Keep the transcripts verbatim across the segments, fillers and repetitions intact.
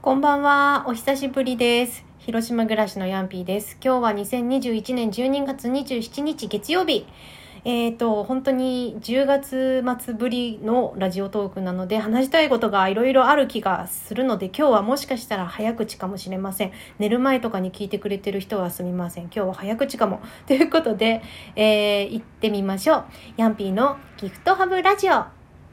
こんばんは。お久しぶりです。広島暮らしのヤンピーです。今日はにせんにじゅういちねんじゅうにがつにじゅうしちにち月曜日。えーと、本当にじゅうがつ末ぶりのラジオトークなので、話したいことがいろいろある気がするので、今日はもしかしたら早口かもしれません。寝る前とかに聞いてくれてる人はすみません。今日は早口かも。ということで、えー、行ってみましょう。ヤンピーのギフトハブラジオ。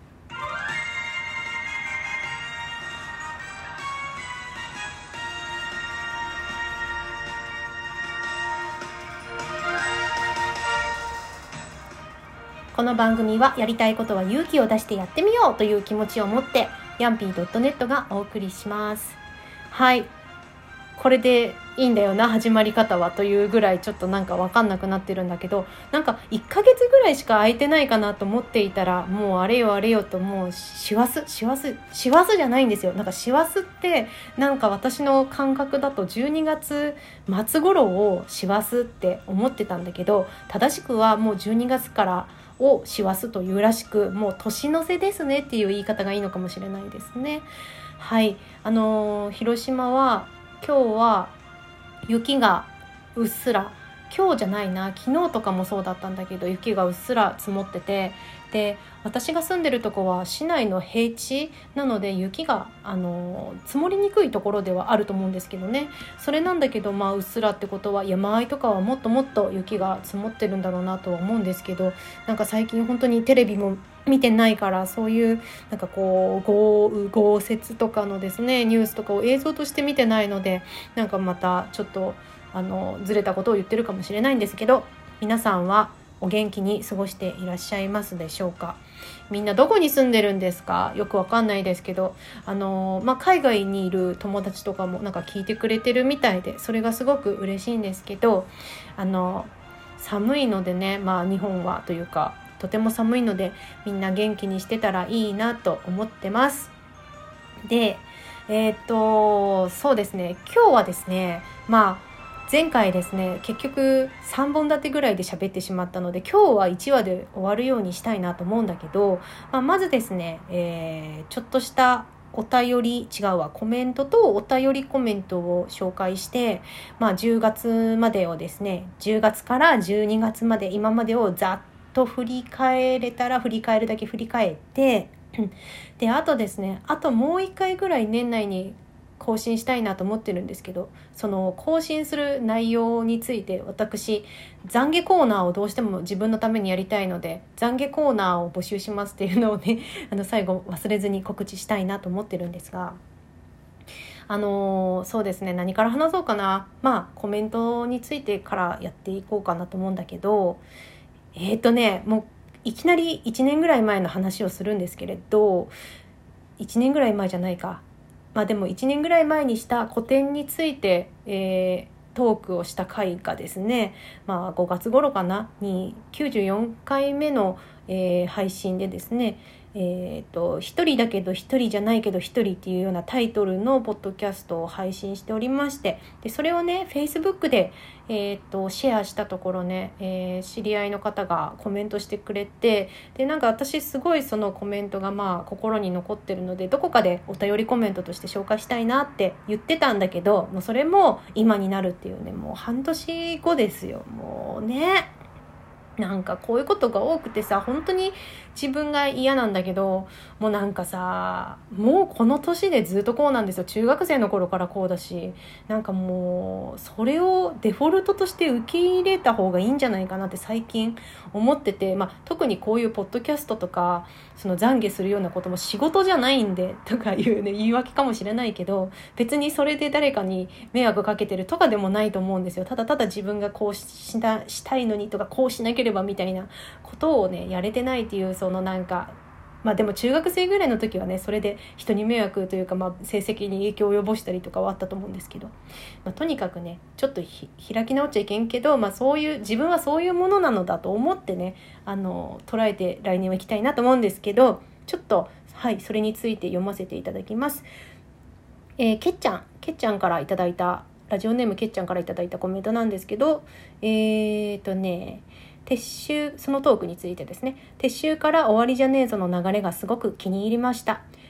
この番組はやりたいことは勇気を出してやってみようという気持ちを持ってヤンピー ドットネット がお送りします。はい、これでいいんだよな始まり方はというぐらいちょっとなんか分かんなくなってるんだけど、なんかいっかげつぐらいしか空いてないかなと思っていたら、もうあれよあれよともう師走師走師走じゃないんですよ。なんか師走ってなんか私の感覚だとじゅうにがつ末頃を師走って思ってたんだけど、正しくはもうじゅうにがつからを師走というらしく、もう年の瀬ですねっていう言い方がいいのかもしれないですね。はい、あのー、広島は今日は雪がうっすら、今日じゃないな昨日とかもそうだったんだけど、雪がうっすら積もってて、で私が住んでるとこは市内の平地なので雪があの積もりにくいところではあると思うんですけどね。それなんだけど、まあうっすらってことは山あいとかはもっともっと雪が積もってるんだろうなとは思うんですけど、なんか最近本当にテレビも見てないから、そういうなんかこう豪雨豪雪とかのですねニュースとかを映像として見てないので、なんかまたちょっとあのずれたことを言ってるかもしれないんですけど、皆さんはお元気に過ごしていらっしゃいますでしょうか。みんなどこに住んでるんですか？よくわかんないですけど、あの、まあ、海外にいる友達とかもなんか聞いてくれてるみたいで、それがすごく嬉しいんですけど、あの寒いのでね、まあ日本はというかとても寒いので、みんな元気にしてたらいいなと思ってます。で、えー、っとそうですね、今日はですね、まあ前回ですね結局さんぼん立てぐらいで喋ってしまったので、今日はいちわで終わるようにしたいなと思うんだけど、まあ、まずですね、えー、ちょっとしたお便り違うわコメントとお便りコメントを紹介して、まあ、じゅうがつまでをですね、じゅうがつからじゅうにがつまで今までをざっと振り返れたら振り返るだけ振り返ってで、あとですね、あともういっかいぐらい年内に更新したいなと思ってるんですけど、その更新する内容について私懺悔コーナーをどうしても自分のためにやりたいので、懺悔コーナーを募集しますっていうのをねあの最後忘れずに告知したいなと思ってるんですが、あのー、そうですね、何から話そうかな。まあコメントについてからやっていこうかなと思うんだけど、えっとねもういきなりいちねんぐらい前の話をするんですけれど、いちねんぐらい前じゃないか、まあでもいちねんぐらい前にした個展について、えー、トークをした回がですね、まあごがつ頃かなにきゅうじゅうよんかいめの、えー、配信でですね、えーと、一人だけど一人じゃないけど一人っていうようなタイトルのポッドキャストを配信しておりまして、でそれをね Facebook で、えーと、シェアしたところね、えー、知り合いの方がコメントしてくれて、でなんか私すごいそのコメントがまあ心に残ってるので、どこかでお便りコメントとして紹介したいなって言ってたんだけど、もうそれも今になるっていうね、もう半年後ですよ。もうね、なんかこういうことが多くてさ、本当に自分が嫌なんだけど、もうなんかさ、もうこの年でずっとこうなんですよ。中学生の頃からこうだし、なんかもうそれをデフォルトとして受け入れた方がいいんじゃないかなって最近思ってて、まあ、特にこういうポッドキャストとかその懺悔するようなことも仕事じゃないんでとかいうね言い訳かもしれないけど、別にそれで誰かに迷惑かけてるとかでもないと思うんですよ。ただただ自分がこうした、したいのにとかこうしなければみたいなことをねやれてないっていう、そのなんかまあでも中学生ぐらいの時はねそれで人に迷惑というか、まあ成績に影響を及ぼしたりとかはあったと思うんですけど、まあ、とにかくねちょっと開き直っちゃいけんけど、まあそういう自分はそういうものなのだと思ってね、あの捉えて来年は行きたいなと思うんですけど、ちょっとはいそれについて読ませていただきます。えー、けっちゃんけっちゃんからいただいたラジオネームけっちゃんからいただいたコメントなんですけど、えーとね撤収、そのトークについてですね、撤収から終わりじゃねえぞの流れがすごく気に入りました。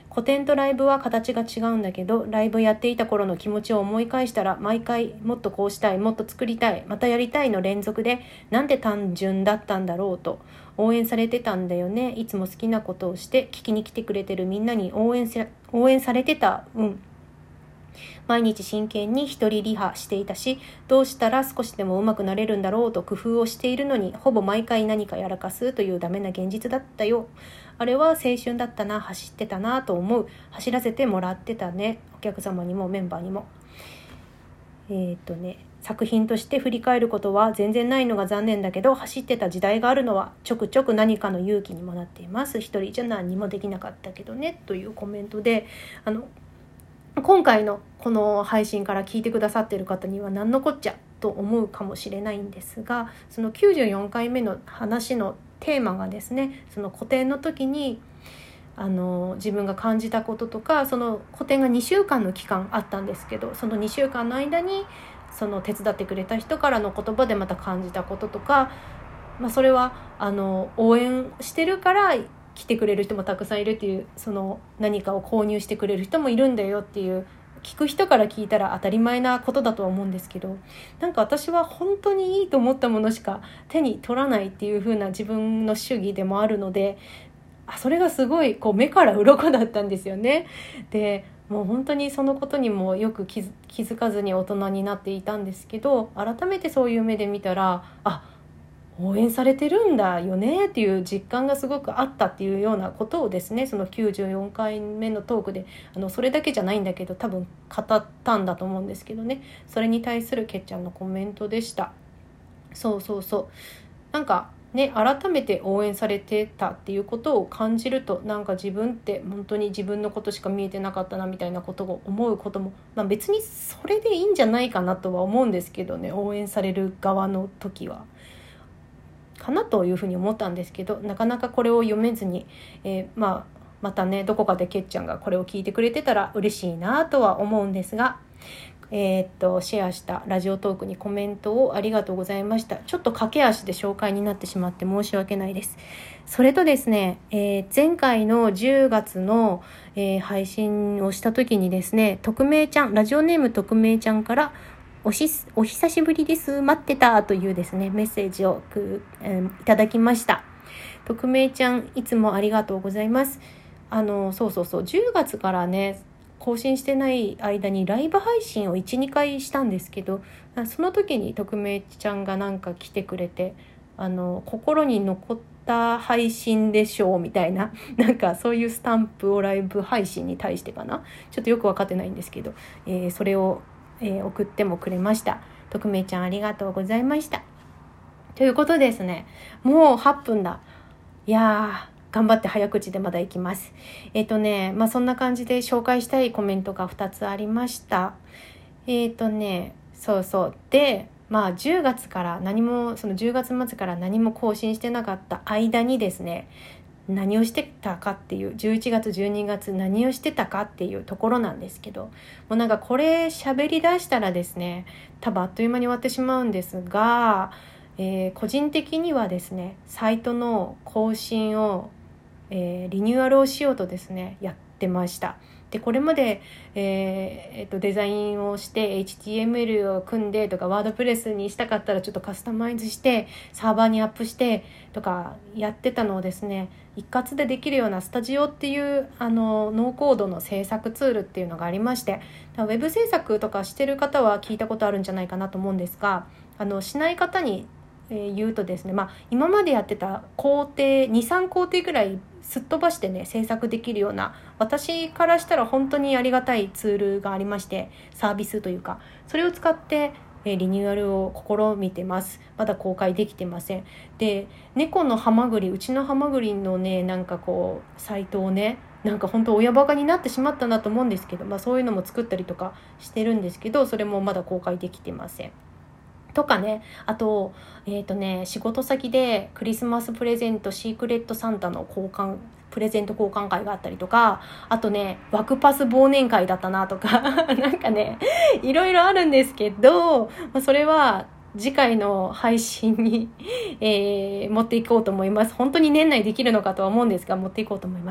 個展とライブは形が違うんだけど、ライブやっていた頃の気持ちを思い返したら、毎回もっとこうしたい、もっと作りたい、またやりたいの連続で、なんて単純だったんだろうと。応援されてたんだよね。いつも好きなことをして聞きに来てくれてるみんなに応援せ応援されてた。うん毎日真剣に一人リハしていたし、どうしたら少しでも上手くなれるんだろうと工夫をしているのに、ほぼ毎回何かやらかすというダメな現実だったよ。あれは青春だったな、走ってたなと思う。走らせてもらってたね。お客様にもメンバーにも。えー、っとね作品として振り返ることは全然ないのが残念だけど、走ってた時代があるのはちょくちょく何かの勇気にもなっています。一人じゃ何にもできなかったけどね、というコメントで、あの今回のこの配信から聞いてくださっている方には何のこっちゃと思うかもしれないんですが、そのきゅうじゅうよんかいめの話のテーマがですね、その個展の時にあの自分が感じたこととか、その個展がにしゅうかんの期間あったんですけど、そのにしゅうかんの間にその手伝ってくれた人からの言葉でまた感じたこととか、まあ、それはあの応援してるから来てくれる人もたくさんいるっていう、その何かを購入してくれる人もいるんだよっていう、聞く人から聞いたら当たり前なことだとは思うんですけど、なんか私は本当にいいと思ったものしか手に取らないっていう風な自分の主義でもあるので、あそれがすごいこう目から鱗だったんですよね。でもう本当にそのことにもよく気づ、気づかずに大人になっていたんですけど、改めてそういう目で見たら、あ応援されてるんだよねっていう実感がすごくあったっていうようなことをですね、そのきゅうじゅうよんかいめのトークであのそれだけじゃないんだけど多分語ったんだと思うんですけどね、それに対するけっちゃんのコメントでした。そうそうそう、なんかね、改めて応援されてたっていうことを感じると、なんか自分って本当に自分のことしか見えてなかったなみたいなことを思うことも、まあ、別にそれでいいんじゃないかなとは思うんですけどね、応援される側の時はかなというふうに思ったんですけど、なかなかこれを読めずに、えー、まあまたねどこかでけっちゃんがこれを聞いてくれてたら嬉しいなとは思うんですが、えー、っとシェアしたラジオトークにコメントをありがとうございました。ちょっと駆け足で紹介になってしまって申し訳ないです。それとですね、えー、前回のじゅうがつの、えー、配信をした時にですね、匿名ちゃん、ラジオネーム匿名ちゃんからおしお久しぶりです待ってたというですねメッセージをく、えー、いただきました。匿名ちゃんいつもありがとうございます。あのそうそうそうじゅうがつからね更新してない間にライブ配信を いち,に 回したんですけど、その時に匿名ちゃんがなんか来てくれて、あの心に残った配信でしょうみたいな、なんかそういうスタンプをライブ配信に対してかな、ちょっとよく分かってないんですけど、えー、それをえー、送ってもくれました。匿名ちゃんありがとうございました。ということですね、もうはっぷんだ。いやー頑張って早口でまだ行きます。えっとねまあそんな感じで紹介したいコメントがふたつありました。えっとねそうそうでまあじゅうがつから何もそのじゅうがつ末から何も更新してなかった間にですね、何をしてたかっていう、じゅういちがつじゅうにがつ何をしてたかっていうところなんですけど、もうなんかこれ喋り出したらですね多分あっという間に終わってしまうんですが、えー、個人的にはですねサイトの更新を、えー、リニューアルをしようとですねやってました。でこれまで、えーえー、とデザインをして エイチティーエムエル を組んでとかワードプレスにしたかったらちょっとカスタマイズしてサーバーにアップしてとかやってたのをですね、一括でできるようなスタジオっていうあのノーコードの制作ツールっていうのがありまして、ウェブ制作とかしてる方は聞いたことあるんじゃないかなと思うんですが、あのしない方に言うとですね、まあ、今までやってた工程 に,さん 工程ぐらいすっ飛ばしてね制作できるような、私からしたら本当にありがたいツールがありまして、サービスというかそれを使ってリニューアルを試みてます。まだ公開できてません。で猫のハマグリ、うちのハマグリのねなんかこうサイトをねなんか本当親バカになってしまったなと思うんですけど、まあ、そういうのも作ったりとかしてるんですけど、それもまだ公開できてません。とかね、あと、えっとね、仕事先でクリスマスプレゼントシークレットサンタの交換プレゼント交換会があったりとか、あとねワクパス忘年会だったなとかなんかねいろいろあるんですけど、それは次回の配信に、えー、持っていこうと思います。本当に年内できるのかとは思うんですが持っていこうと思います。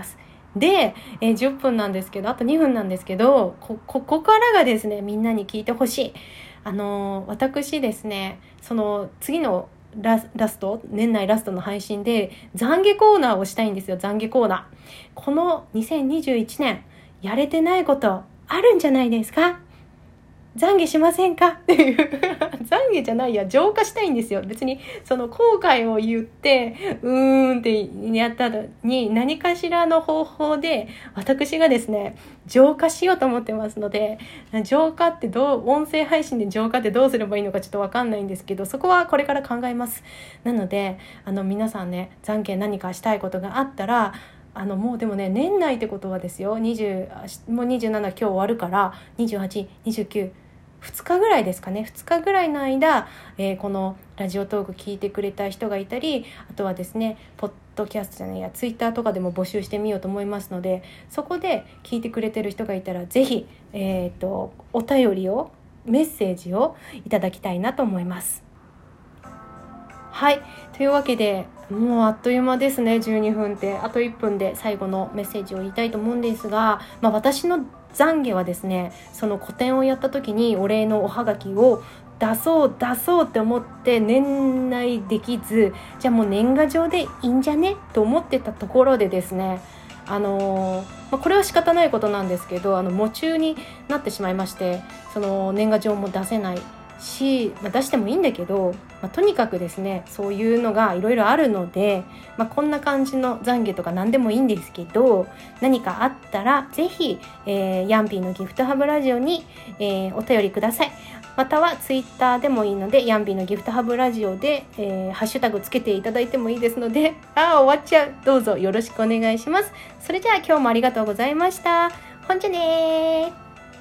で、えー、じゅっぷんなんですけど、あとにふんなんですけど、こ、ここからがですね、みんなに聞いてほしい。あのー、私ですね、その次のラ、ラスト、年内ラストの配信で懺悔コーナーをしたいんですよ、懺悔コーナー。このにせんにじゅういちねん、やれてないことあるんじゃないですか？懺悔しませんかっていう懺悔じゃないや、浄化したいんですよ。別にその後悔を言ってうーんってやったのに、何かしらの方法で私がですね浄化しようと思ってますので、浄化ってどう、音声配信で浄化ってどうすればいいのかちょっとわかんないんですけど、そこはこれから考えます。なのであの皆さんね、懺悔何かしたいことがあったら、あのもうでもね、年内ってことはですよ、にじゅうもうにじゅうなな今日終わるからにじゅうはち、にじゅうきゅう、ふつかぐらいですかね、ふつかぐらいの間、えー、このラジオトーク聞いてくれた人がいたり、あとはですねポッドキャストじゃないやツイッターとかでも募集してみようと思いますので、そこで聞いてくれてる人がいたらぜひ、えー、とお便りを、メッセージをいただきたいなと思います。はい、というわけでもうあっという間ですね。じゅうにふんって、あといっぷんで最後のメッセージを言いたいと思うんですが、まあ、私の懺悔はですね、その個展をやった時にお礼のおはがきを出そう出そうって思って年内できず、じゃあもう年賀状でいいんじゃねと思ってたところでですね、あのーまあ、これは仕方ないことなんですけど、あの夢中になってしまいまして、その年賀状も出せないし、まあ、出してもいいんだけど、まあ、とにかくですねそういうのがいろいろあるので、まあ、こんな感じの懺悔とか何でもいいんですけど、何かあったらぜひ、えー、ヤンピーのギフトハブラジオに、えー、お便りください。またはツイッターでもいいので、ヤンピーのギフトハブラジオで、えー、ハッシュタグつけていただいてもいいですので、あー終わっちゃう、どうぞよろしくお願いします。それじゃあ今日もありがとうございました。ほんじゃねー。